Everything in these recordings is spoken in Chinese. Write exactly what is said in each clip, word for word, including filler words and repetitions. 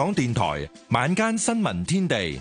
港電台晚間新聞天地，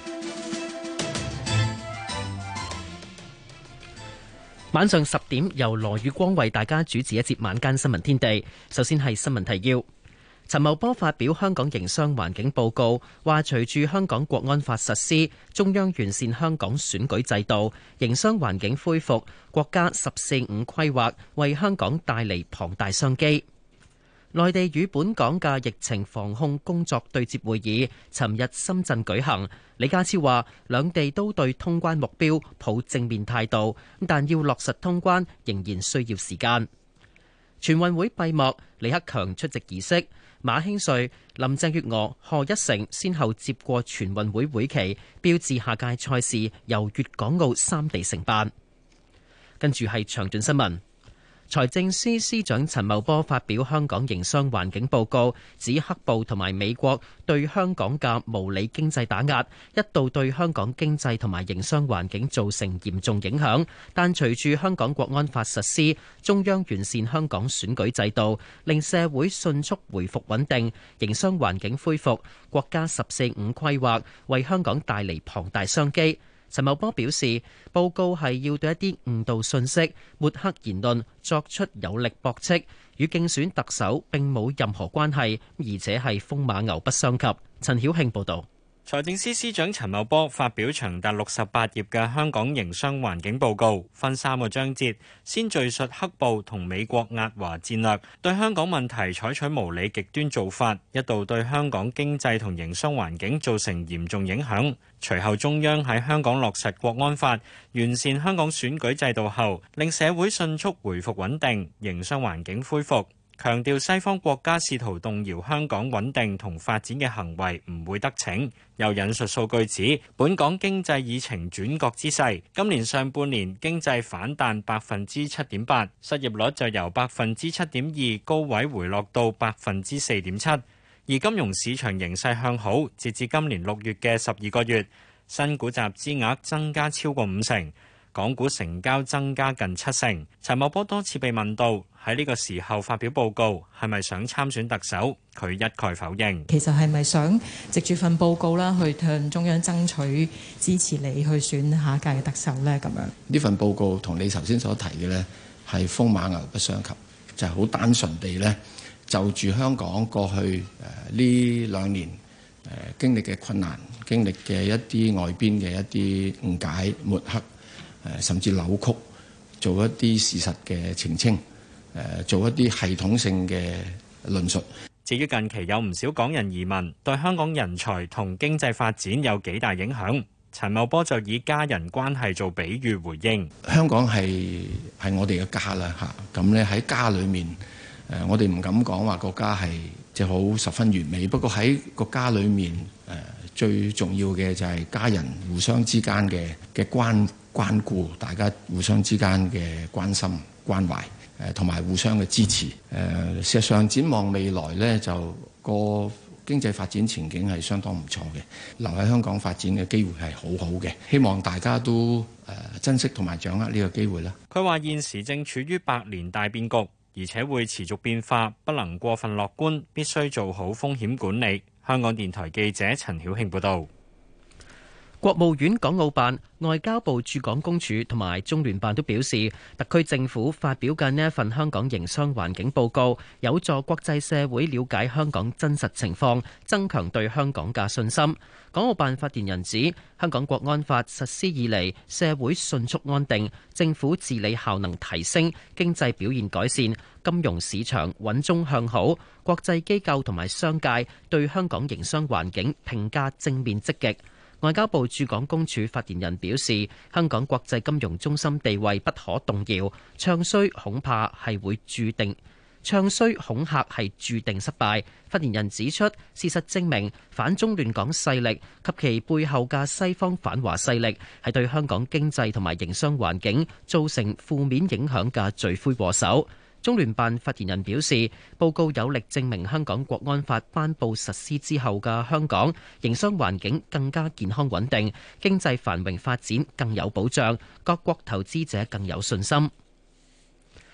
晚上十點由羅宇光為大家主持一節晚間新聞天地。首先係新聞提要。陳茂波發表香港營商環境報告，話隨住香港國安法實施，中央完善香港選舉制度，營商環境恢復，國家十四五規劃為香港帶嚟龐大商機。內地與本港嘅疫情防控工作對接會議尋日深圳舉行，李家超話兩地都對通關目標抱正面態度，但要落實通關仍然需要時間。全運會閉幕，李克強出席儀式，馬興瑞、林鄭月娥、賀一誠先後接過全運會會旗，標誌下屆賽事由粵港澳三地承辦。跟住係詳盡新聞。財政司司長陳茂波發表香港營商環境報告，指黑暴同埋美國對香港嘅無理經濟打壓，一度對香港經濟同埋營商環境造成嚴重影響。但隨住香港國安法實施，中央完善香港選舉制度，令社會迅速回復穩定，營商環境恢復，國家十四五規劃為香港帶嚟龐大商機。陳茂波表示，報告係要對一啲誤導信息、抹黑言論作出有力駁斥，與競選特首並冇任何關係，而且係風馬牛不相及。陳曉慶報導。 財政司司長陳茂波發表長達六十八頁嘅香港營商環境報告，分三個章節，先敘述黑暴同美國壓華戰略對香港問題採取無理極端做法，一度對香港經濟同營商環境造成嚴重影響。隨後中央喺香港落實國安法，完善香港選舉制度後，令社會迅速回復穩定，營商環境恢復。強調西方國家試圖動搖香港穩定同發展嘅行為唔會得逞，又引述數據指本港經濟已呈轉角之勢，今年上半年經濟反彈百分之七點八，失業率就由百分之七點二高位回落到百分之四點七，而金融市場形勢向好，截至今年六月嘅十二個月，新股集資額增加超過五成。港股成交增加近七成。陳茂波多次被問到喺呢個時候發表報告係咪想參選特首，佢一概否認。 其實係咪想藉住份報告啦，去向中央爭取支持你去選下一屆嘅特首呢？咁樣呢份報告同你頭先所提嘅呢係風馬牛不相及，就係好單純地呢，就住香港過去誒呢兩年誒經歷嘅困難，經歷嘅一啲外邊嘅一啲誤解抹黑。誒甚至扭曲，做一啲事實嘅澄清，誒做一啲系統性嘅論述。 至於近期有唔少港人移民，對香港人才同經濟發展有幾大影響？陳茂波就以家人關係做比喻回應。 香港係係我哋嘅家啦嚇，咁咧喺家裏面，誒我哋唔敢講話個家係即係好十分完美，不過喺個家裏面誒最重要嘅就係家人互相之間嘅嘅關關顧，大家互相之間嘅關心關懷，誒同埋互相嘅支持。誒事實上展望未來呢，就個經濟發展前景係相當唔錯嘅，留喺香港發展嘅機會係好好嘅。希望大家都誒珍惜同埋掌握呢個機會啦。 佢話現時正處於百年大變局，而且會持續變化，不能過分樂觀，必須做好風險管理。香港電台記者陳曉慶報導。 國務院港澳辦、外交部駐港公署同埋中聯辦都表示，特區政府發表嘅呢一份香港營商環境報告，有助國際社會了解香港真實情況，增強對香港嘅信心。港澳辦發言人指，香港國安法實施以嚟，社會迅速安定，政府治理效能提升，經濟表現改善，金融市場穩中向好，國際機構同埋商界對香港營商環境評價正面積極。外交部駐港公署發言人表示，香港國際金融中心地位不可動搖，唱衰恐怕係會注定，唱衰恐嚇係注定失敗。發言人指出，事實證明反中亂港勢力及其背後嘅西方反華勢力係對香港經濟同埋營商環境造成負面影響嘅罪魁禍首。中聯辦發言人表示，報告有力證明香港國安法頒布實施之後嘅香港營商環境更加健康穩定，經濟繁榮發展更有保障，各國投資者更有信心。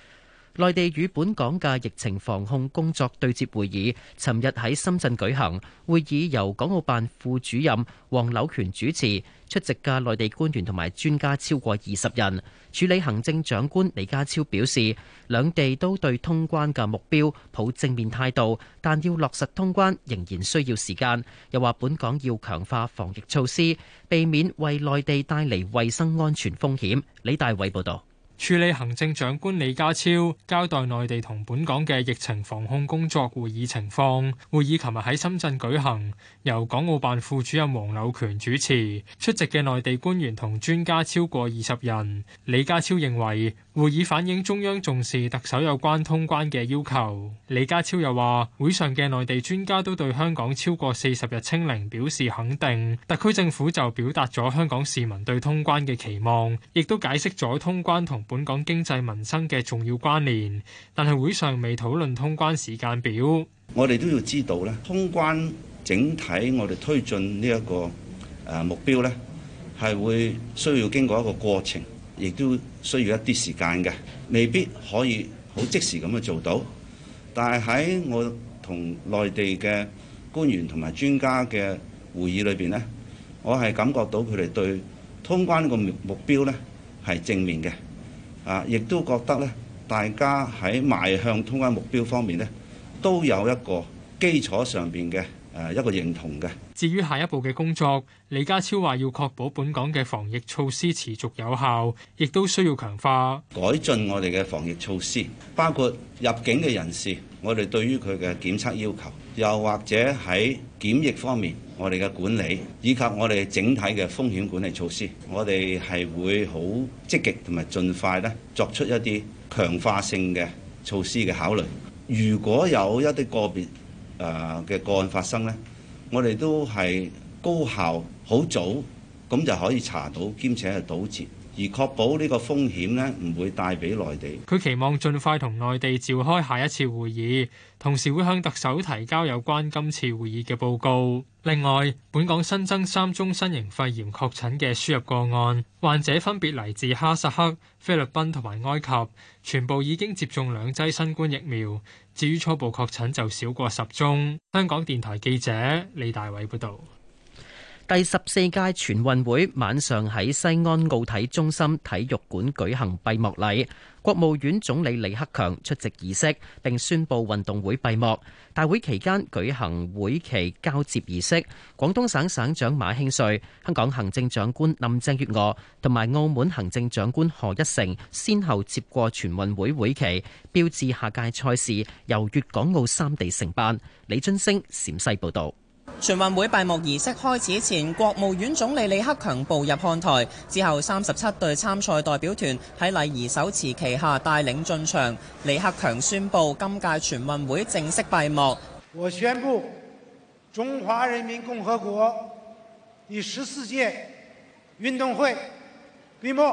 內地與本港嘅疫情防控工作對接會議，尋日喺深圳舉行。會議由港澳辦副主任黃柳權主持，出席嘅內地官員同埋專家超過二十人。署理行政長官李家超表示，兩地都對通關嘅目標抱正面態度，但要落實通關仍然需要時間。又話本港要強化防疫措施，避免為內地帶嚟衛生安全風險。李大偉報導。 署理行政長官李家超交代內地同本港嘅疫情防控工作會議情況。會議琴日喺深圳舉行，由港澳辦副主任黃柳權主持，出席嘅內地官員同專家超過二十人。李家超認為會議反映中央重視特首有關通關嘅要求。李家超又話，會上嘅內地專家都對香港超過四十日清零表示肯定，特區政府就表達咗香港市民對通關嘅期望，亦都解釋咗通關同本港經濟民生嘅重要關聯，但係會上未討論通關時間表。 我哋都要知道咧，通關整體我哋推進呢一個誒目標咧，係會需要經過一個過程，亦都需要一啲時間嘅，未必可以好即時咁去做到。但係喺我同內地嘅官員同埋專家嘅會議裏邊咧，我係感覺到佢哋對通關個目標咧係正面嘅。啊！亦都覺得咧，大家喺邁向通關目標方面咧，都有一個基礎上邊嘅誒一個認同嘅。 至於下一步嘅工作，李家超話要確保本港嘅防疫措施持續有效，亦都需要強化改進我哋嘅防疫措施，包括入境嘅人士，我哋對於佢嘅檢測要求，又或者喺檢疫方面我哋嘅管理，以及我哋整體嘅風險管理措施，我哋係會好積極同埋盡快咧作出一啲強化性嘅措施嘅考慮。如果有一啲個別誒嘅個案發生咧，我哋都係高效好早咁就可以查到，兼且係堵截，而確保呢個風險呢唔會帶俾內地。 佢期望盡快同內地召開下一次會議，同時會向特首提交有關今次會議嘅報告。另外，本港新增三宗新型肺炎確診嘅輸入個案，患者分別嚟自哈薩克、菲律賓同埋埃及，全部已經接種兩劑新冠疫苗。至於初步確診就少過十宗。香港電台記者李大偉報導。 第十四屆全運會晚上喺西安奧體中心體育館舉行閉幕禮，國務院總理李克強出席儀式並宣布運動會閉幕。大會期間舉行會旗交接儀式，廣東省省長馬興瑞、香港行政長官林鄭月娥同埋澳門行政長官賀一誠先後接過全運會會旗，標誌下屆賽事由粵港澳三地承辦。李津升陝西報道。 全運會閉幕儀式開始前，國務院總理李克強步入看台，之後三十七隊參賽代表團喺禮儀手持旗下帶領進場。李克強宣布今屆全運會正式閉幕。 我宣布，中華人民共和國第十四屆運動會閉幕。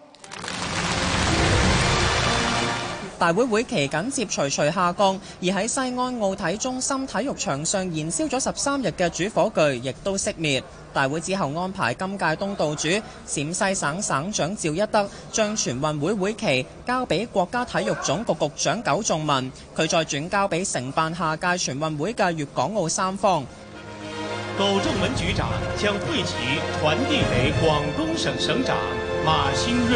大會會旗緊接隨隨下降，而喺西安奧體中心體育場上燃燒咗十三日嘅主火炬亦都熄滅。大會之後安排今屆東道主陝西省省長趙一德將全運會會旗交俾國家體育總局局長苟仲文，佢再轉交俾承辦下屆全運會嘅粵港澳三方。 苟仲文局長將會旗傳遞給廣東省省長馬興瑞。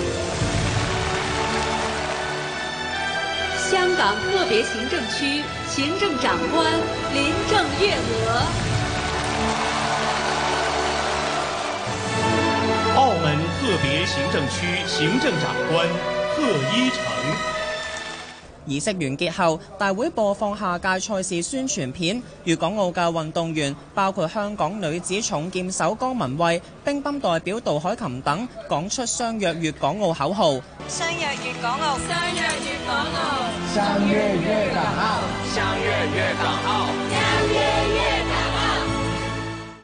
香港特別行政區行政長官林鄭月娥， 澳門特別行政區行政長官賀一誠。 儀式完結後，大會播放下屆賽事宣傳片。粵港澳嘅運動員包括香港女子重劍手江文蔚、乒乓代表杜海琴等，講出相約粵港澳口號。 相約粵港澳，相約粵港澳， 相約粵港澳， 相約粵港澳， 相約粵港澳。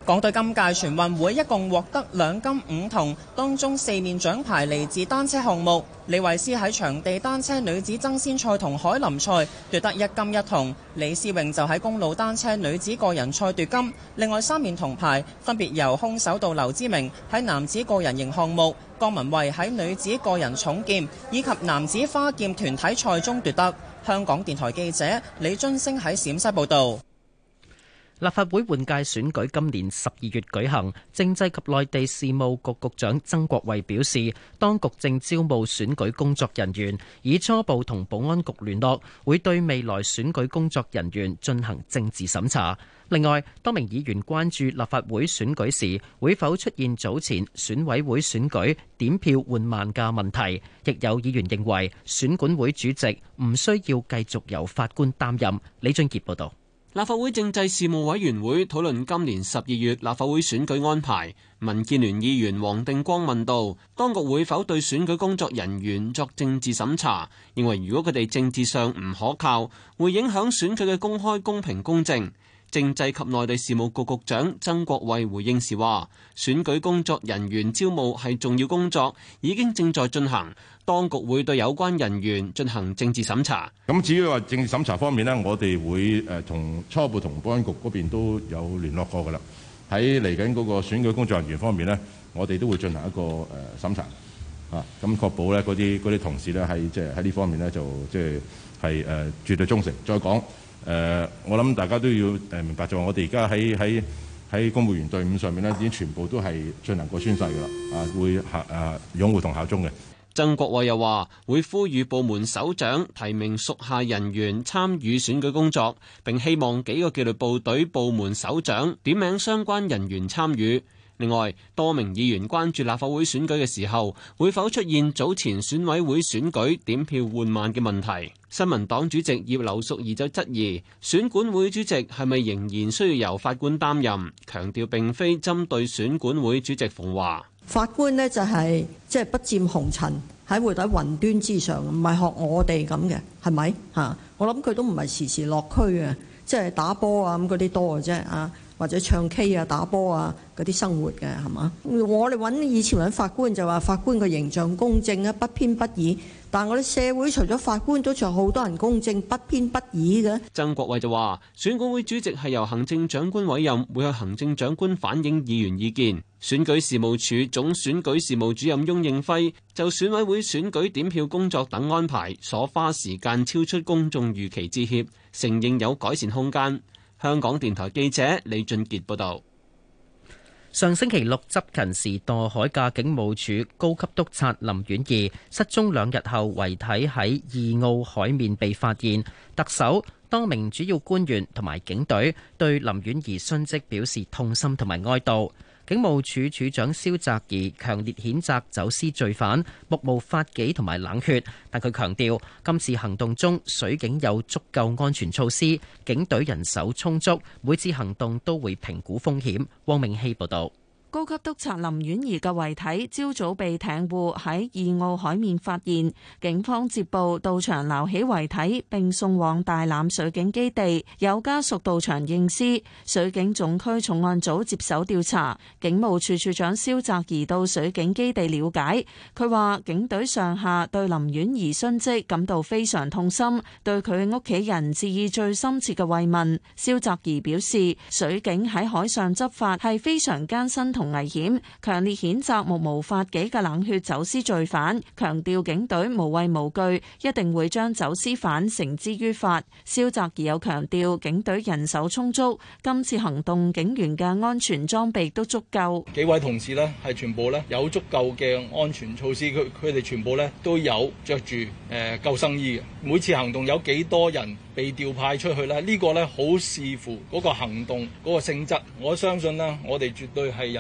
港隊今屆全運會一共獲得兩金五銅，當中四面獎牌嚟自單車項目。李慧詩喺場地單車女子爭先賽同凱林賽奪得一金一銅，李思穎就喺公路單車女子個人賽奪金。另外三面銅牌分別由空手道劉之明喺男子個人型項目，江文蔚喺女子個人重劍以及男子花劍團體賽中奪得。香港電台記者李津星喺陝西報導。 立法會換屆選舉今年十二月舉行，政制及內地事務局局長曾國衛表示，當局正招募選舉工作人員，已初步同保安局聯絡，會對未來選舉工作人員進行政治審查。另外，多名議員關注立法會選舉時會否出現早前選委會選舉點票換慢嘅問題，亦有議員認為選管會主席唔需要繼續由法官擔任。李俊傑報導。 立法會政制事務委員會討論今年十二月立法會選舉安排，民建聯議員黃定光問道：當局會否對選舉工作人員作政治審查？認為如果佢哋政治上唔可靠，會影響選舉嘅公開、公平、公正。政制及內地事務局局長曾國衛回應時話：選舉工作人員招募係重要工作，已經正在進行，當局會對有關人員進行政治審查。 咁至於話政治審查方面呢，我哋會誒同初步同保安局嗰邊都有聯絡過㗎啦。喺嚟緊嗰個選舉工作人員方面呢，我哋都會進行一個誒審查啊，咁確保咧嗰啲嗰啲同事咧係即係喺呢方面咧就即係係誒絕對忠誠。再講。誒、呃，我諗大家都要誒明白，就係我哋而家喺喺喺公務員隊伍上面咧，已經全部都係進行過宣誓㗎啦，啊，會效啊擁護同效忠嘅。 曾國衛又話：會呼籲部門首長提名屬下人員參與選舉工作，並希望幾個紀律部隊部門首長點名相關人員參與。另外，多名議員關注立法會選舉嘅時候，會否出現早前選委會選舉點票換慢嘅問題。新民黨主席葉劉淑儀就質疑，選管會主席係咪仍然需要由法官擔任？強調並非針對選管會主席馮驊。 法官呢就係即係不沾紅塵，喺會喺雲端之上，唔係學我哋咁嘅，係咪嚇？我諗佢都唔係時時落區嘅，即係打波啊咁嗰啲多嘅啫啊。或者唱 K 啊、打波啊嗰啲生活嘅係嘛？我哋揾以前揾法官就話法官個形象公正啊，不偏不倚。但係我哋社會除咗法官，都仲有好多人公正、不偏不倚嘅。 曾國衛就話：選管會主席係由行政長官委任，會向行政長官反映議員意見。選舉事務處總選舉事務主任翁應輝就選委會選舉點票工作等安排所花時間超出公眾預期致歉，承認有改善空間。香港電台記者李俊傑報道： 上星期六執勤時墮海嘅警務處高級督察林婉儀失蹤兩日後，遺體喺義澳海面被發現。特首、多名主要官員同埋警隊對林婉儀殉職表示痛心同埋哀悼。警務處處長蕭澤頤強烈譴責走私罪犯目無法紀同埋冷血，但佢強調今次行動中水警有足夠安全措施，警隊人手充足，每次行動都會評估風險。汪明希報導。 高級督察林婉儀嘅遺體朝早被艇戶喺義澳海面發現，警方接報到場撈起遺體並送往大欖水警基地，有家屬到場認屍，水警總區重案組接手調查。警務處處長蕭澤頤到水警基地了解，佢話警隊上下對林婉儀殉職感到非常痛心，對佢嘅屋企人致以最深切嘅慰問。蕭澤頤表示，水警喺海上執法係非常艱辛同危險，強烈譴責目無法紀嘅冷血走私罪犯，強調警隊無畏無懼，一定會將走私犯繩之於法。蕭澤頤有強調警隊人手充足，今次行動警員嘅安全裝備都足夠。 幾位同事呢係全部呢有足夠嘅安全措施，佢佢哋全部呢都有着住誒救生衣嘅。每次行動有幾多人被調派出去呢？呢個呢好視乎嗰個行動嗰個性質。我相信呢，我哋絕對係人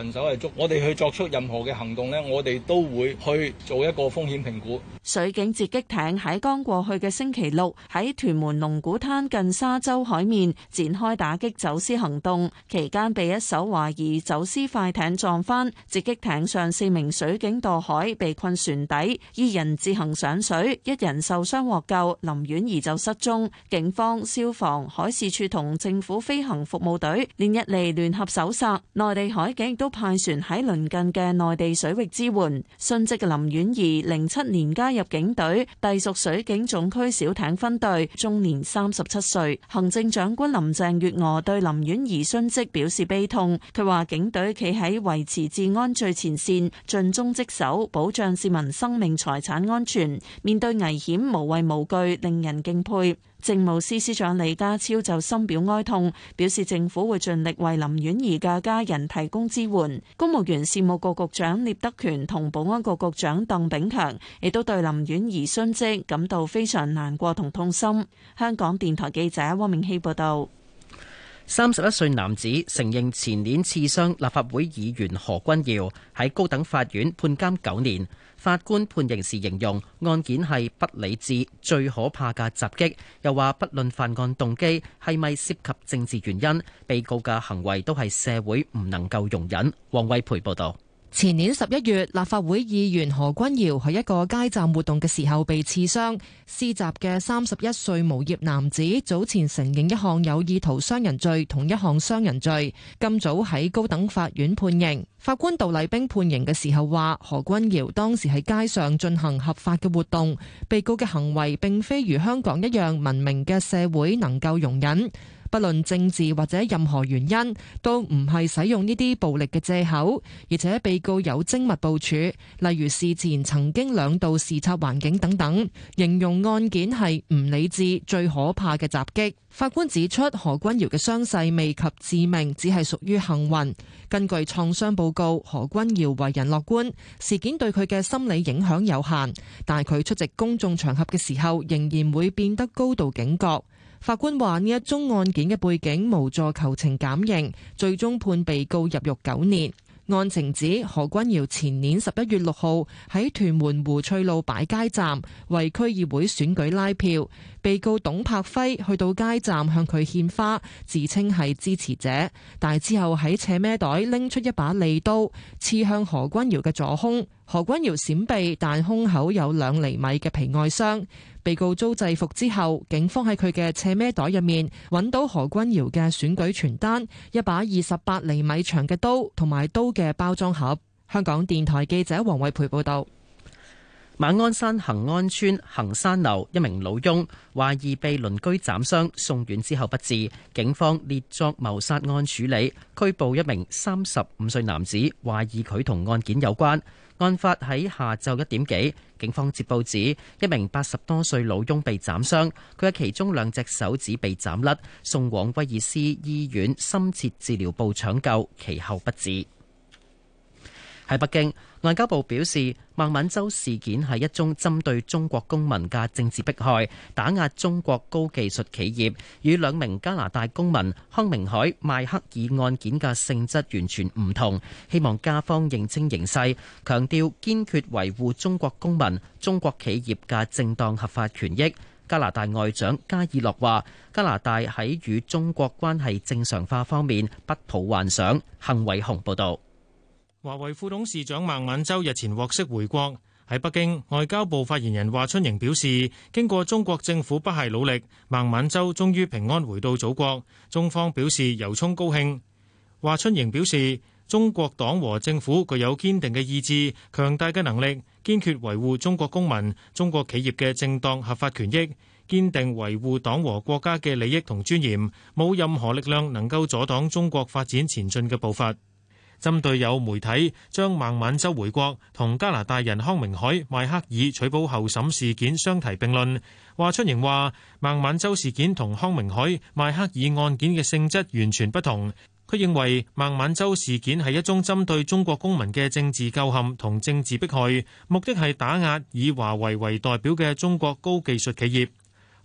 人手係足，我哋去作出任何嘅行動呢，我哋都會去做一個風險評估。 水警截擊艇喺剛過去嘅星期六喺屯門龍鼓灘近沙洲海面展開打擊走私行動，期間被一艘懷疑走私快艇撞翻，截擊艇上四名水警墮海被困船底，二人自行上水，一人受傷獲救，林婉儀就失蹤。警方、消防、海事處同政府飛行服務隊連日嚟聯合搜索，內地海警亦都派船喺鄰近嘅內地水域支援。殉職嘅林婉儀零七年加入警隊，隸屬水警總區小艇分隊，終年三十七歲。行政長官林鄭月娥對林婉儀殉職表示悲痛，佢話警隊企喺維持治安最前線，盡忠職守，保障市民生命財產安全，面對危險無畏無懼，令人敬佩。政務司司長李家超就深表哀痛，表示政府會盡力為林婉儀嘅家人提供支援。公務員事務局局長聶德權同保安局局長鄧炳強亦都對林婉儀殉職感到非常難過同痛心。香港電台記者汪明希報道。 三十一歲男子承認前年刺傷立法會議員何君堯，喺高等法院判監九年。法官判刑時形容案件係不理智、最可怕嘅襲擊，又話不論犯案動機係咪涉及政治原因，被告嘅行為都係社會唔能夠容忍。黃惠培報導。 前年十一月，立法會議員何君堯喺一個街站活動嘅時候被刺傷，施襲嘅三十一歲無業男子早前承認一項有意圖傷人罪同一項傷人罪，今早喺高等法院判刑。法官杜麗冰判刑嘅時候話，何君堯當時喺街上進行合法嘅活動，被告嘅行為並非如香港一樣文明嘅社會能夠容忍。不論政治或者任何原因，都唔係使用呢啲暴力嘅借口，而且被告有精密部署，例如事前曾經兩度視察環境等等，形容案件係唔理智、最可怕嘅襲擊。法官指出，何君堯嘅傷勢未及致命，只係屬於幸運。根據創傷報告，何君堯為人樂觀，事件對佢嘅心理影響有限，但係佢出席公眾場合嘅時候，仍然會變得高度警覺。法官話呢一宗案件嘅背景無助求情減刑，最終判被告入獄九年。案情指何君堯前年十一月六號喺屯門湖翠路擺街站為區議會選舉拉票，被告董柏輝去到街站向佢獻花，自稱係支持者，但之後喺斜孭袋拎出一把利刀刺向何君堯嘅左胸，何君堯閃避，但胸口有兩厘米嘅皮外傷。被告遭制服之後，警方喺佢嘅斜孭袋入面揾到何君堯嘅選舉傳單、一把二十八厘米長嘅刀同埋刀嘅包裝盒。香港電台記者黃慧培報道。 馬鞍山恒安邨恒山樓一名老翁懷疑被鄰居斬傷，送院之後不治，警方列作謀殺案處理，拘捕一名三十五歲男子，懷疑佢同案件有關。案發喺下晝一點幾，警方接報指一名八十多歲老翁被斬傷，佢嘅其中兩隻手指被斬甩，送往威爾斯醫院深切治療部搶救，其後不治。喺北京，外交部表示，孟晚舟事件係一宗針對中國公民嘅政治迫害，打壓中國高技術企業，與兩名加拿大公民康明凱、邁克爾案件嘅性質完全唔同。希望加方認清形勢，強調堅決維護中國公民、中國企業嘅正當合法權益。加拿大外長加爾諾話，加拿大喺與中國關係正常化方面不抱幻想。幸偉雄報導。 華為副董事長孟晚舟日前獲釋回國。喺北京，外交部發言人華春瑩表示，經過中國政府不懈努力，孟晚舟終於平安回到祖國，中方表示由衷高興。華春瑩表示，中國黨和政府具有堅定嘅意志、強大嘅能力，堅決維護中國公民、中國企業嘅正當合法權益，堅定維護黨和國家嘅利益同尊嚴，冇任何力量能夠阻擋中國發展前進嘅步伐。針對有媒體將孟晚舟回國同加拿大人康明凱、邁克爾取保候審事件相提並論，華春瑩話孟晚舟事件同康明凱、邁克爾案件嘅性質完全不同。佢認為孟晚舟事件係一宗針對中國公民嘅政治構陷同政治迫害，目的係打壓以華為為代表嘅中國高技術企業。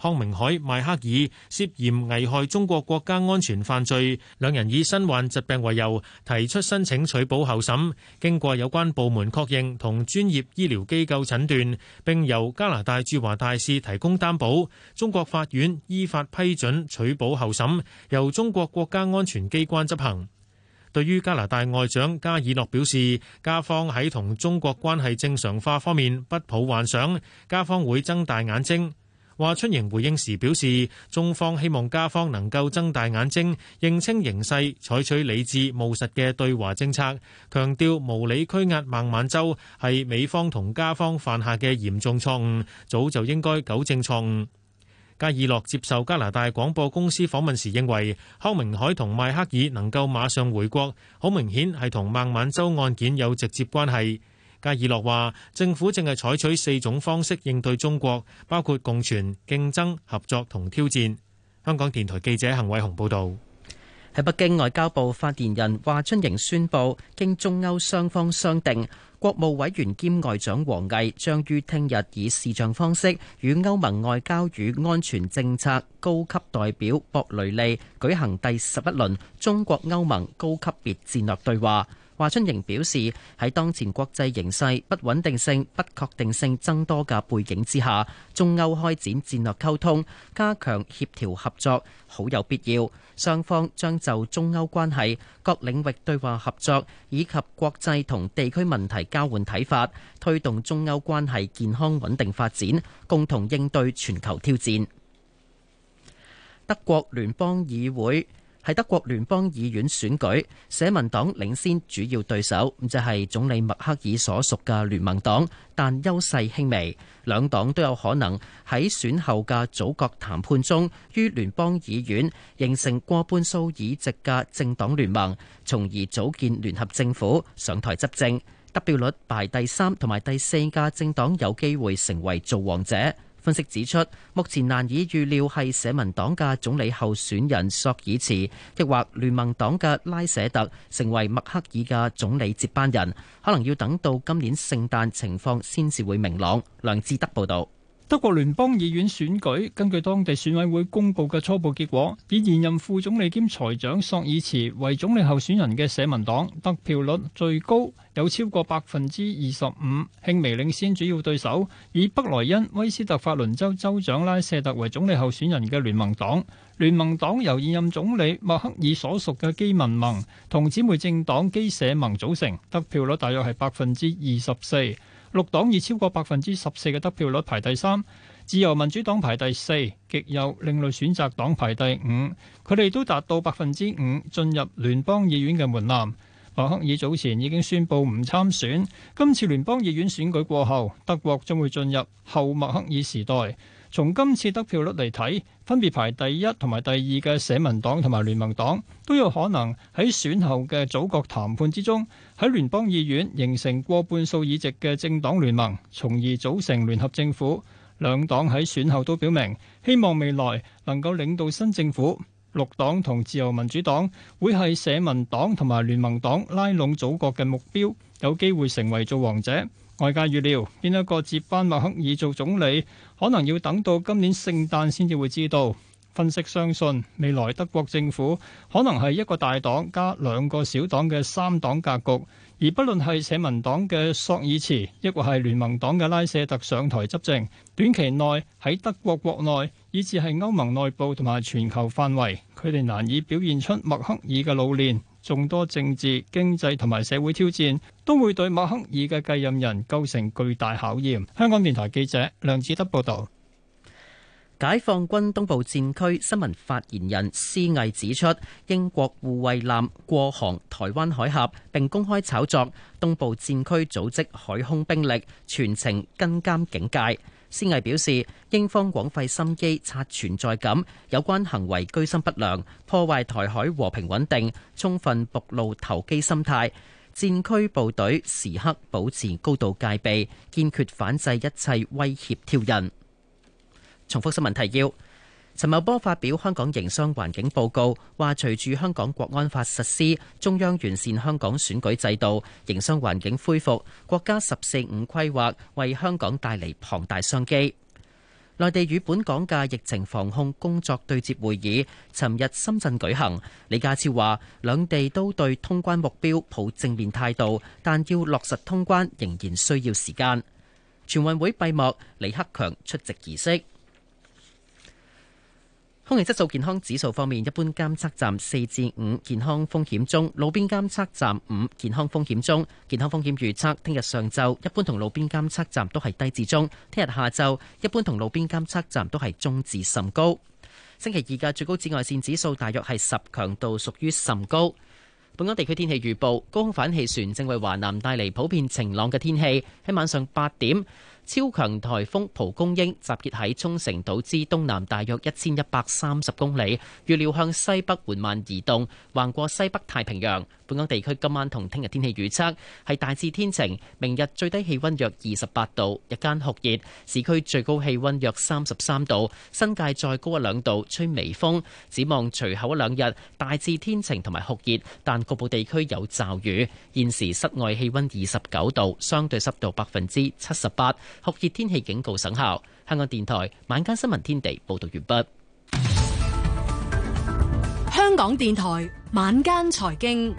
康明凱、邁克爾涉嫌危害中國國家安全犯罪，兩人以身患疾病為由提出申請取保候審，經過有關部門確認同專業醫療機構診斷，並由加拿大駐華大使提供擔保，中國法院依法批准取保候審，由中國國家安全機關執行。對於加拿大外長加爾諾表示，加方喺同中國關係正常化方面不抱幻想，加方會睜大眼睛。華春瑩回應時表示，中方希望加方能夠睜大眼睛，認清形勢，採取理智務實嘅對華政策，強調無理拘押孟晚舟係美方同加方犯下嘅嚴重錯誤，早就應該糾正錯誤。加爾諾接受加拿大廣播公司訪問時認為，康明凱同邁克爾能夠馬上回國，好明顯係同孟晚舟案件有直接關係。加爾諾話，政府正係採取四種方式應對中國，包括共存、競爭、合作同挑戰。香港電台記者幸偉雄報導。 喺北京，外交部發言人華春瑩宣布，經中歐雙方商定，國務委員兼外長王毅將於聽日以視像方式與歐盟外交與安全政策高級代表博雷利舉行第十一輪中國歐盟高級別戰略對話。華春瑩表示，喺當前國際形勢不穩定性、不確定性增多嘅背景之下，中歐開展戰略溝通、加強協調合作，好有必要。雙方將就中歐關係各領域對話合作以及國際同地區問題交換睇法，推動中歐關係健康穩定發展，共同應對全球挑戰。德國聯邦議會喺德國聯邦議院選舉，社民黨領先主要對手，咁就係總理默克爾所屬嘅聯盟黨，但優勢輕微。兩黨都有可能喺選後嘅組閣談判中，於聯邦議院形成過半數議席嘅政黨聯盟，從而組建聯合政府上台執政。得票率排第三同埋第四嘅政黨有機會成為造王者。分析指出，目前難以預料係社民黨嘅總理候選人朔爾茨，亦或聯盟黨嘅拉舍特成為默克爾嘅總理接班人，可能要等到今年聖誕情況先至會明朗。梁志德報導。 德國聯邦議院選舉根據當地選委會公佈嘅初步結果，以現任副總理兼財長朔爾茨為總理候選人嘅社民黨得票率最高，有超過百分之二十五，輕微領先主要對手以北萊茵威斯特法倫州州長拉舍特為總理候選人嘅聯盟黨。聯盟黨由現任總理默克爾所屬嘅基民盟同姊妹政黨基社盟組成，得票率大約係百分之二十四。綠黨以超過百分之十四嘅得票率排第三，自由民主黨排第四，極右另類選擇黨排第五，佢哋都達到百分之五進入聯邦議院嘅門檻。默克爾早前已經宣布唔參選，今次聯邦議院選舉過後，德國將會進入後默克爾時代。從今次得票率嚟睇，分別排第一同埋第二嘅社民黨同埋聯盟黨都有可能喺選後嘅組閣談判之中，喺聯邦議院形成過半數議席嘅政黨聯盟，從而組成聯合政府。兩黨喺選後都表明希望未來能夠領導新政府。綠黨同自由民主黨會係社民黨同埋聯盟黨拉攏組閣嘅目標，有機會成為造王者。外界預料邊一個接班默克爾做總理，可能要等到今年聖誕先至會知道。分析相信未來德國政府可能係一個大黨加兩個小黨嘅三黨格局，而不論係社民黨嘅朔爾茨，抑或係聯盟黨嘅拉舍特上台執政，短期內喺德國國內以至係歐盟內部同埋全球範圍，佢哋難以表現出默克爾嘅老練。眾多政治、經濟同埋社會挑戰都會對默克爾嘅繼任人構成巨大考驗。香港電台記者梁志德報道。 解放軍東部戰區新聞發言人施毅指出，英國護衛艦過航台灣海峽並公開炒作，東部戰區組織海空兵力全程跟監警戒。施毅表示，英方廣費心機刷存在感，有關行為居心不良，破壞台海和平穩定，充分暴露投機心態。戰區部隊時刻保持高度戒備，堅決反制一切威脅挑釁。重複新聞提要。陳茂波發表香港營商環境報告，話隨住香港國安法實施，中央完善香港選舉制度，營商環境恢復，國家十四五規劃為香港帶嚟龐大商機。 內地與本港嘅疫情防控工作對接會議尋日深圳舉行。李家超話，兩地都對通關目標抱正面態度，但要落實通關仍然需要時間。全運會閉幕，李克強出席儀式。空氣質素健康指數方面，一般監測站四至五，健康風險中；路邊監測站五，健康風險中。健康風險預測，聽日上晝一般同路邊監測站都係低至中；聽日下晝一般同路邊監測站都係中至甚高。星期二嘅最高紫外線指數大約係十，強度屬於甚高。本港地區天氣預報，高空反氣旋正為華南帶嚟普遍晴朗嘅天氣。喺晚上八點，超強颱風蒲公英集結喺沖繩島之東南大約一千一百三十公里，預料向西北緩慢移動，橫過西北太平洋。本港地區今晚同聽日天氣預測係大致天晴，明日最低氣溫約二十八度，日間酷熱，市區最高氣溫約三十三度，新界再高一兩度，吹微風。展望隨後一兩日大致天晴同埋酷熱，但局部地區有驟雨。現時室外氣溫二十九度，相對濕度百分之七十八，酷熱天氣警告生效。香港電台晚間新聞天地報道完畢。 香港電台晚間財經，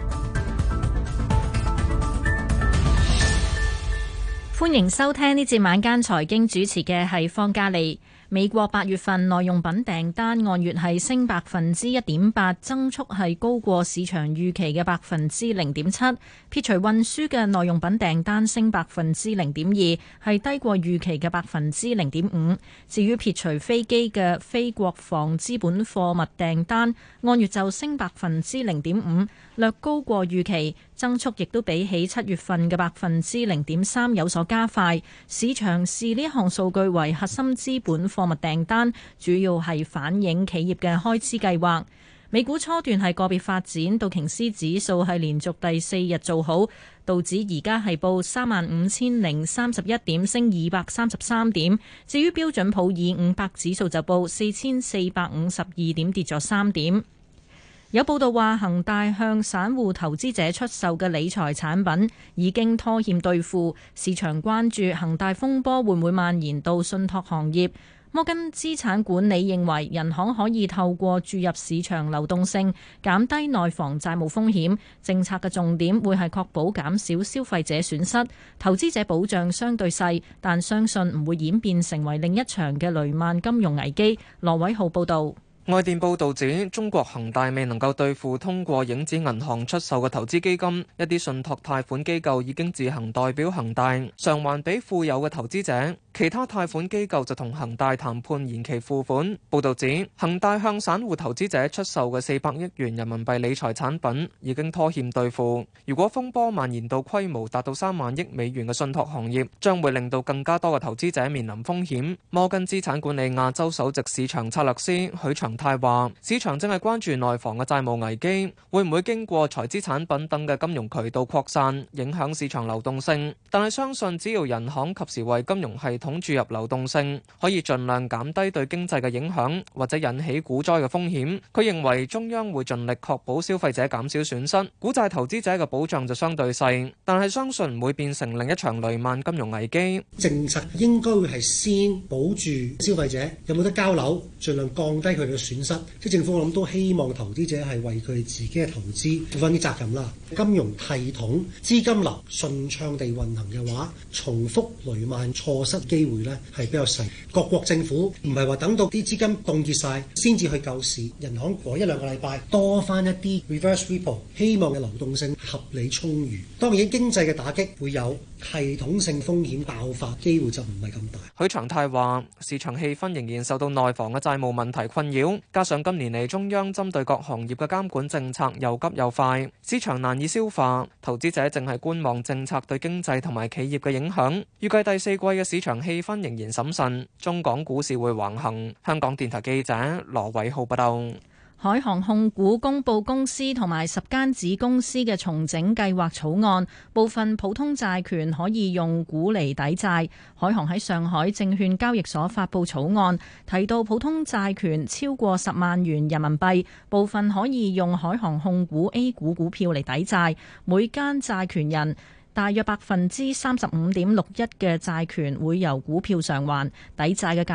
歡迎收聽呢節晚間財經，主持嘅係方嘉利。美國八月份耐用品訂單按月係升百分之一點八，增速係高過市場預期嘅百分之零點七。撇除運輸嘅耐用品訂單升百分之零點二，係低過預期嘅百分之零點五。至於撇除飛機嘅非國防資本貨物訂單，按月就升百分之零點五，略高過預期，增速亦都比起七月份嘅百分之零點三有所加快。市場視呢一項數據為核心資本貨物訂單，主要係反映企業嘅開支計劃。美股初段係個別發展，道瓊斯指數係連續第四日做好，道指而家係報三萬五千零三十一點，升二百三十三點。至於標準普爾五百指數就報四千四百五十二點，跌咗三點。有報道話，恒大向散戶投資者出售嘅理財產品已經拖欠兌付，市場關注恒大風波會唔會蔓延到信託行業。摩根資產管理認為，人行可以透過注入市場流動性，減低內房債務風險。政策嘅重點會係確保減少消費者損失，投資者保障相對細，但相信唔會演變成為另一場嘅雷曼金融危機。羅偉浩報導。 外電報導指，中國恒大未能夠兌付通過影子銀行出售嘅投資基金，一啲信託貸款機構已經自行代表恒大償還俾富有嘅投資者，其他貸款機構就同恒大談判延期付款。報導指，恒大向散戶投資者出售嘅四百億元人民幣理財產品已經拖欠兌付。如果風波蔓延到規模達到三萬億美元嘅信託行業，將會令到更加多嘅投資者面臨風險。摩根資產管理亞洲首席市場策略師許長泰話，市場正係關注內房嘅債務危機會唔會經過財資產品等嘅金融渠道擴散，影響市場流動性。但係相信只要人行及時為金融系統注入流動性，可以盡量減低對經濟嘅影響或者引起股災嘅風險。佢認為中央會盡力確保消費者減少損失，股債投資者嘅保障就相對細，但係相信唔會變成另一場雷曼金融危機。 政策應該會係先保住消費者有冇得交樓，盡量降低佢哋嘅損失。即政府我諗都希望投資者係為佢哋自己嘅投資負翻啲責任啦。金融系統資金流順暢地運行嘅話，重複雷曼錯失機會呢係比較細。各國政府唔係話等到啲資金凍結晒先至去救市，人行過一兩個禮拜多翻一啲 reverse repo， 希望嘅流動性合理充裕。當然經濟嘅打擊會有，系統性風險爆發機會就唔係咁大。 許長泰話：市場氣氛仍然受到內房嘅債務問題困擾，加上今年嚟中央針對各行業嘅監管政策又急又快，市場難以消化，投資者淨係觀望政策對經濟同埋企業嘅影響。預計第四季嘅市場氣氛仍然審慎，中港股市會橫行。香港電台記者羅偉浩報道。 海航控股公布公司同埋十間子公司嘅重整計劃草案，部分普通債權可以用股嚟抵債。海航喺上海證券交易所發布草案，提到普通債權超過十萬元人民幣，部分可以用海航控股 A 股股票嚟抵債，每間債權人大約百分之三十五點六一嘅債權會由股票償還，抵債嘅價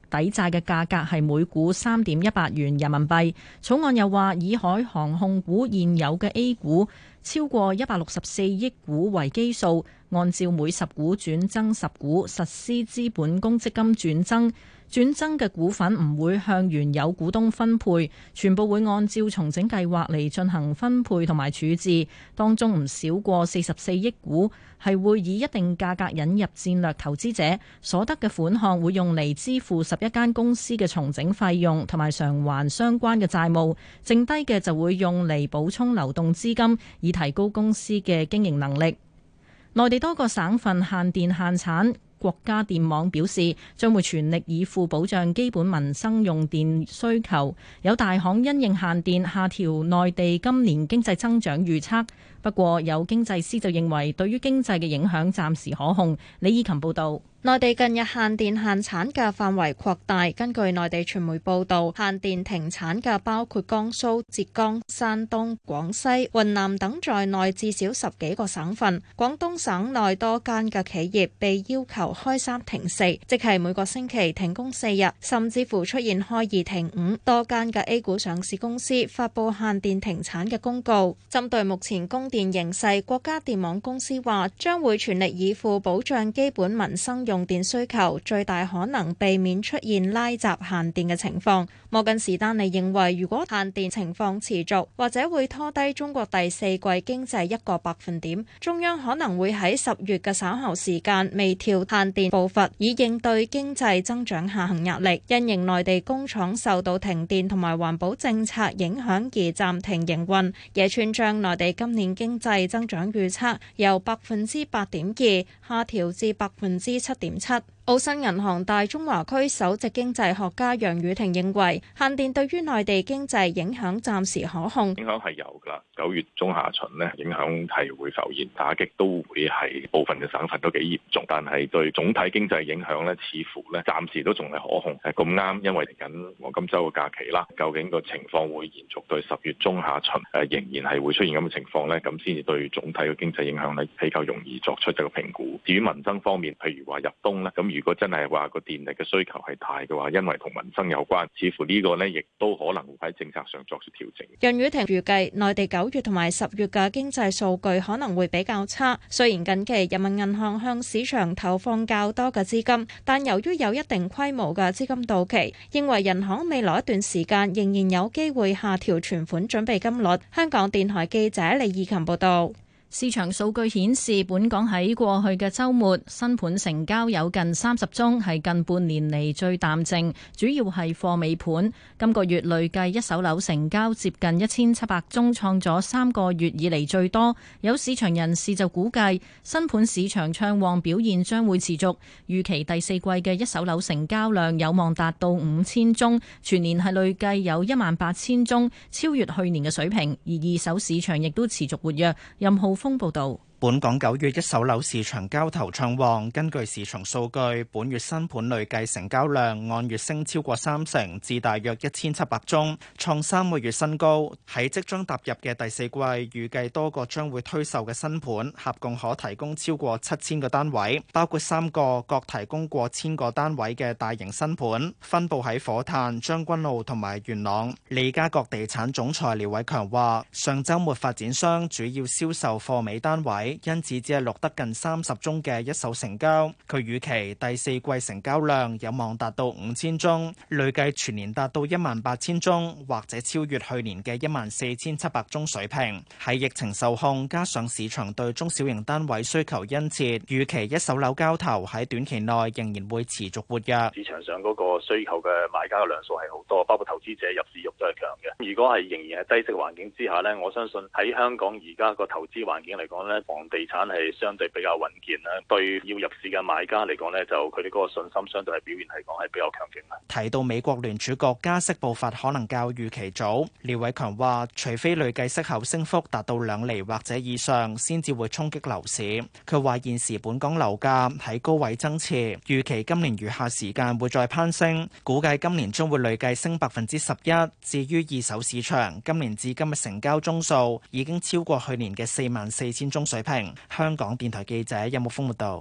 抵債嘅價格係每股三點一八元人民幣。草案又話以海航控股現有嘅 A 股超過一百六十四億股為基數，按照每十股轉增十股實施資本公積金轉增。轉增嘅股份唔會向原有股東分配，全部會按照重整計劃嚟進行分配同埋處置。當中唔少過四十四億股係會以一定價格引入戰略投資者，所得嘅款項會用嚟支付十一間公司嘅重整費用同埋償還相關嘅債務，剩低嘅就會用嚟補充流動資金，以提高公司嘅經營能力。內地多個省份限電限產。國家電網表示，將會全力以赴保障基本民生用電需求。有大行因應限電，下調內地今年經濟增長預測。不過，有經濟師就認為，對於經濟嘅影響暫時可控。李以琴報導。 內地近日限電限產嘅範圍擴大，根據內地傳媒報導，限電停產嘅包括江蘇、浙江、山東、廣西、雲南等在內至少十幾個省份。廣東省內多間嘅企業被要求開三停四，即係每個星期停工四日，甚至乎出現開二停五。多間嘅 A 股上市公司發布限電停產嘅公告。針對目前供電形勢，國家電網公司話將會全力以赴保障基本民生用電需求，最大可能避免出現拉閘限電嘅情況。摩根士丹利認為，如果限電情況持續，或者會拖低中國第四季經濟一個百分點。中央可能會喺十月嘅稍後時間微調限電步伐，以應對經濟增長下行壓力。因應內地工廠受到停電同埋環保政策影響而暫停營運，野村將內地今年經濟增長預測由百分之八點二下調至百分之七點七。澳新銀行大中華區首席經濟學家楊宇霆認為，限電對於內地經濟影響暫時可控。 影響係有㗎啦，九月中下旬呢，影響係會浮現，打擊都會係部分嘅省份都幾嚴重，但係對總體經濟影響呢，似乎呢暫時都仲係可控。誒咁啱，因為嚟緊黃金週嘅假期啦，究竟個情況會延續對十月中下旬誒仍然係會出現咁嘅情況呢？咁先至對總體嘅經濟影響呢，比較容易作出一個評估。至於民生方面，譬如話入冬呢，咁如果真係話個電力嘅需求係大嘅話，因為同民生有關，似乎呢個呢亦都可能會喺政策上作出調整。 楊宇霆預計內地九月同埋十月嘅經濟數據可能會比較差。雖然近期人民銀行向市場投放較多嘅資金，但由於有一定規模嘅資金到期，認為銀行未來一段時間仍然有機會下調存款準備金率。香港電台記者李義琴報道。 市場數據顯示，本港喺過去嘅週末新盤成交有近三十宗，係近半年嚟最淡靜，主要係貨尾盤。今個月累計一手樓成交接近一千七百宗，創咗三個月以嚟最多。有市場人士就估計，新盤市場暢旺表現將會持續，預期第四季嘅一手樓成交量有望達到五千宗，全年係累計有一萬八千宗，超越去年嘅水平。而二手市場亦都持續活躍。任浩峰報道。 本港九月一手樓市場交投暢旺，根據市場數據，本月新盤累計成交量按月升超過三成，至大約一千七百宗，創三個月新高。喺即將踏入嘅第四季，預計多個將會推售嘅新盤，合共可提供超過七千個單位，包括三個各提供過千個單位嘅大型新盤，分佈喺火炭、將軍澳同埋元朗。利嘉閣地產總裁廖偉強話：上週末發展商主要銷售貨尾單位，因此只係錄得近三十宗嘅一手成交。佢預期第四季成交量有望達到五千宗，累計全年達到一萬八千宗，或者超越去年嘅一萬四千七百宗水平。喺疫情受控，加上市場對中小型單位需求殷切，預期一手樓交投喺短期內仍然會持續活躍。 市場上嗰個需求嘅買家嘅量數係好多，包括投資者入市欲都係強嘅。如果係仍然係低息環境之下呢，我相信喺香港而家個投資環境嚟講呢，房地產係相對比較穩健啦。對要入市嘅買家嚟講呢，就佢哋嗰個信心相對係表現係講係比較強勁啦。 提到美國聯儲局加息步伐可能較預期早，廖偉強話：除非累計息口升幅達到兩厘或者以上，先至會衝擊樓市。佢話現時本港樓價喺高位增持，預期今年餘下時間會再攀升，估計今年將會累計升百分之十一。至於二手市場，今年至今嘅成交宗數已經超過去年嘅四萬四千宗水平。香港電台記者任木峰報道。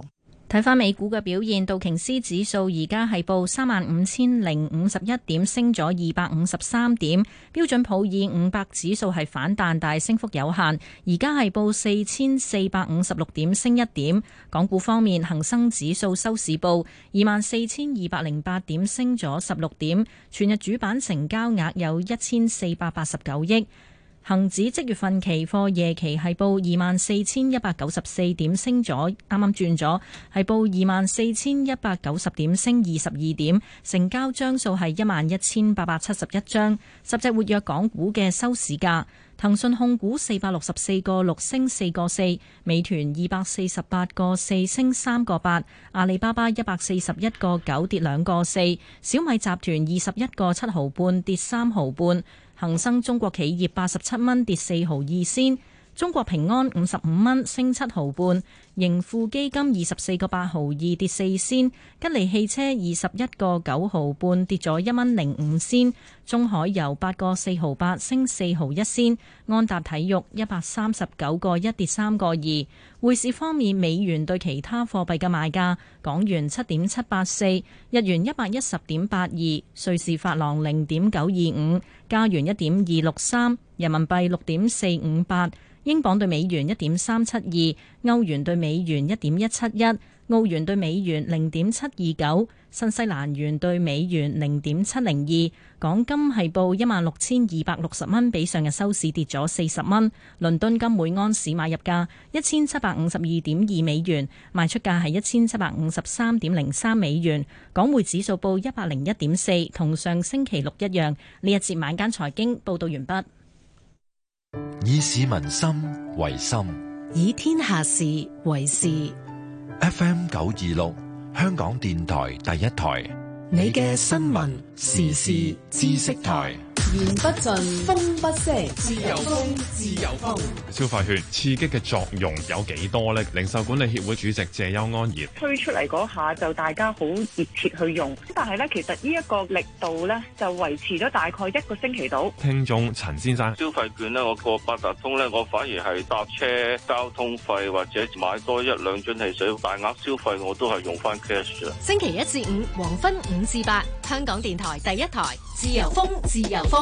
睇返美股嘅表現，道瓊斯指數而家係報三萬五千零五十一點，升咗二百五十三點。標準普爾五百指數係反彈，但係升幅有限，而家係報四千四百五十六點，升一點。港股方面，恒生指數收市報二萬四千二百零八點，升咗十六點。全日主板成交額有一千四百八十九億。恒指即月份期貨夜期係報二萬四千一百九十四點，升咗，啱啱轉咗，係報二萬四千一百九十點，升二十二點，成交張數係一萬一千八百七十一張。十隻活躍港股嘅收市價，騰訊控股四百六十四個六升四個四，美團二百四十八個四升三個八，阿里巴巴一百四十一個九跌兩個四，小米集團二十一個七毫半跌三毫半。恒生中國企業八十七蚊跌四毫二仙，中國平安五十五蚊升七毫半，盈富基金二十四個八毫二跌四仙，吉利汽車二十一個九毫半跌咗一蚊零五仙，中海油八個四毫八升四毫一仙，安踏體育一百三十九個一跌三個二。匯市方面，美元對其他貨幣嘅賣價：港元七點七八四，日元一百一十點八二，瑞士法郎零點九二五，加元一點二六三，人民幣六點四五八，英鎊對美元一點三七二，歐元對美元一點一七一，澳元對美元零點七二九，新西蘭元對美元零點七零二。港金係報一萬六千二百六十蚊，比上日收市跌咗四十蚊。倫敦金每安士買入價一千七百五十二點二美元，賣出價係一千七百五十三點零三美元。港匯指數報一百零一點四，同上星期六一樣。呢一節晚間財經報道完畢。 以市民心為心， 以天下事為事。 F M 九二六，香港電台第一台， 你嘅新聞時事知識台。言不盡，風不息，自由風，自由風。 消費券刺激嘅作用有幾多呢？零售管理協會主席謝邱安儀推出嚟嗰下就大家好熱切去用，但係呢，其實呢一個力度呢，就維持咗大概一個星期到。 聽眾陳先生， 消費券呢，我過八達通呢，我反而係搭車交通費或者買多一兩樽汽水，大額消費我都係用翻 cash。 星期一至五黃昏五至八，香港電台第一台，自由風，自由風。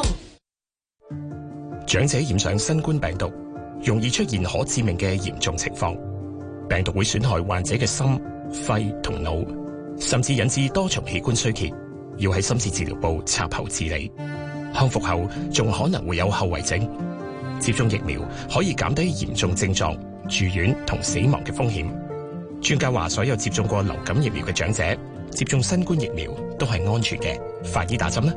長者染上新冠病毒，容易出現可致命嘅嚴重情況。病毒會損害患者嘅心、肺同腦，甚至引致多重器官衰竭，要喺深切治療部插喉治理。康復後仲可能會有後遺症。接種疫苗可以減低嚴重症狀、住院同死亡嘅風險。專家話，所有接種過流感疫苗嘅長者接種新冠疫苗都係安全嘅。快啲打針啦！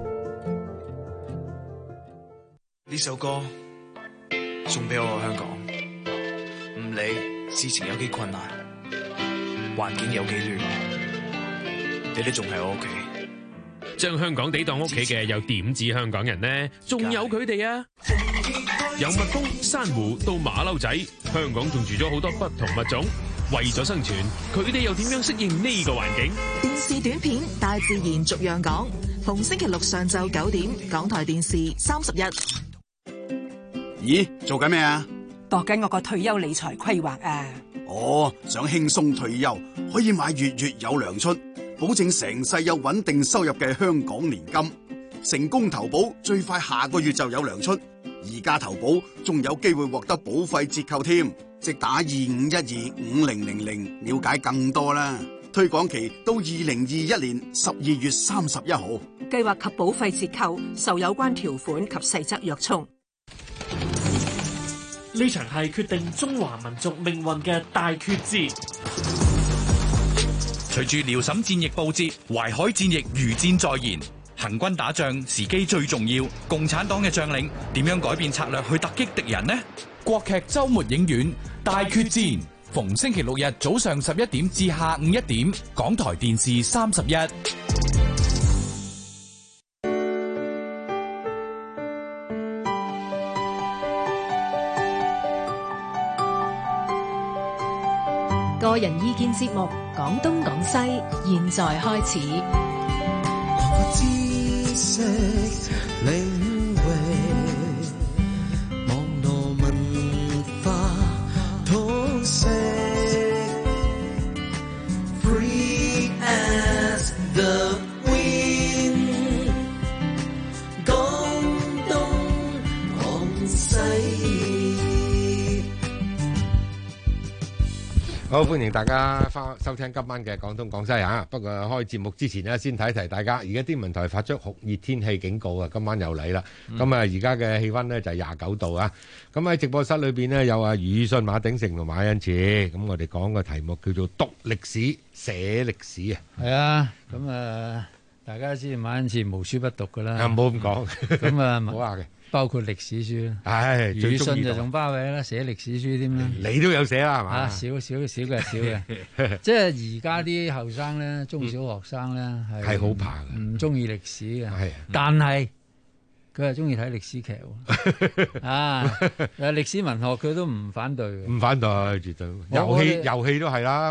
呢首歌送俾我個香港，唔理事情有幾困難，環境有幾亂，你都仲係我屋企。 將香港地當屋企嘅又點止香港人呢？仲有佢哋啊！由蜜蜂、珊瑚到馬騮仔，香港仲住咗好多不同物種。為咗生存，佢哋又點樣適應呢個環境？ 電視短片《大自然逐樣講》，逢星期六上晝九點，港台電視三十一。 咦，做緊咩啊？ 度緊我個退休理財規劃啊！ 哦，想輕鬆退休，可以買月月有糧出，保證成世有穩定收入嘅香港年金。成功投保，最快下個月就有糧出。而家投保仲有機會獲得保費折扣添，即打二五一二五零零零了解更多啦。推廣期到二零二一年十二月三十一號。 計劃及保費折扣受有關條款及細則約束。 呢場係決定中華民族命運嘅大決戰。 隨住遼瀋戰役報捷，淮海戰役如箭在弦。行軍打仗時機最重要，共產黨嘅將領點樣改變策略去突擊敵人呢？ 國劇周末影院《大決戰》，逢星期六日早上十一點至下午一點，港台電視三十一。 個人意見節目《講東講西》，現在開始。 知識領域，網絡文化通識，歡好，歡迎大家翻收聽今晚嘅廣東廣西啊！不過開節目之前呢，先提一提大家，而家天文台發出酷熱天氣警告啊！今晚又嚟啦。咁啊、嗯，而家嘅氣溫呢就係廿九度啊。咁喺直播室裏邊呢，有啊余宇信、馬鼎盛同馬恩賜。咁我哋講嘅題目叫做讀歷史、寫歷史啊。 係啊，咁啊，大家知馬恩賜無書不讀噶啦。 啊，唔好咁講。咁啊，唔好話嘅。包括歷史書，唉，語信就仲包尾啦，寫歷史書添啦。你都有寫啦，係嘛？啊，少少少嘅少嘅，即係而家啲後生咧，中小學生咧係係好怕嘅，唔中意歷史嘅。係，但係佢係中意睇歷史劇喎。啊，誒歷史文學佢都唔反對嘅。唔反對，絕對。遊戲遊戲都係啦。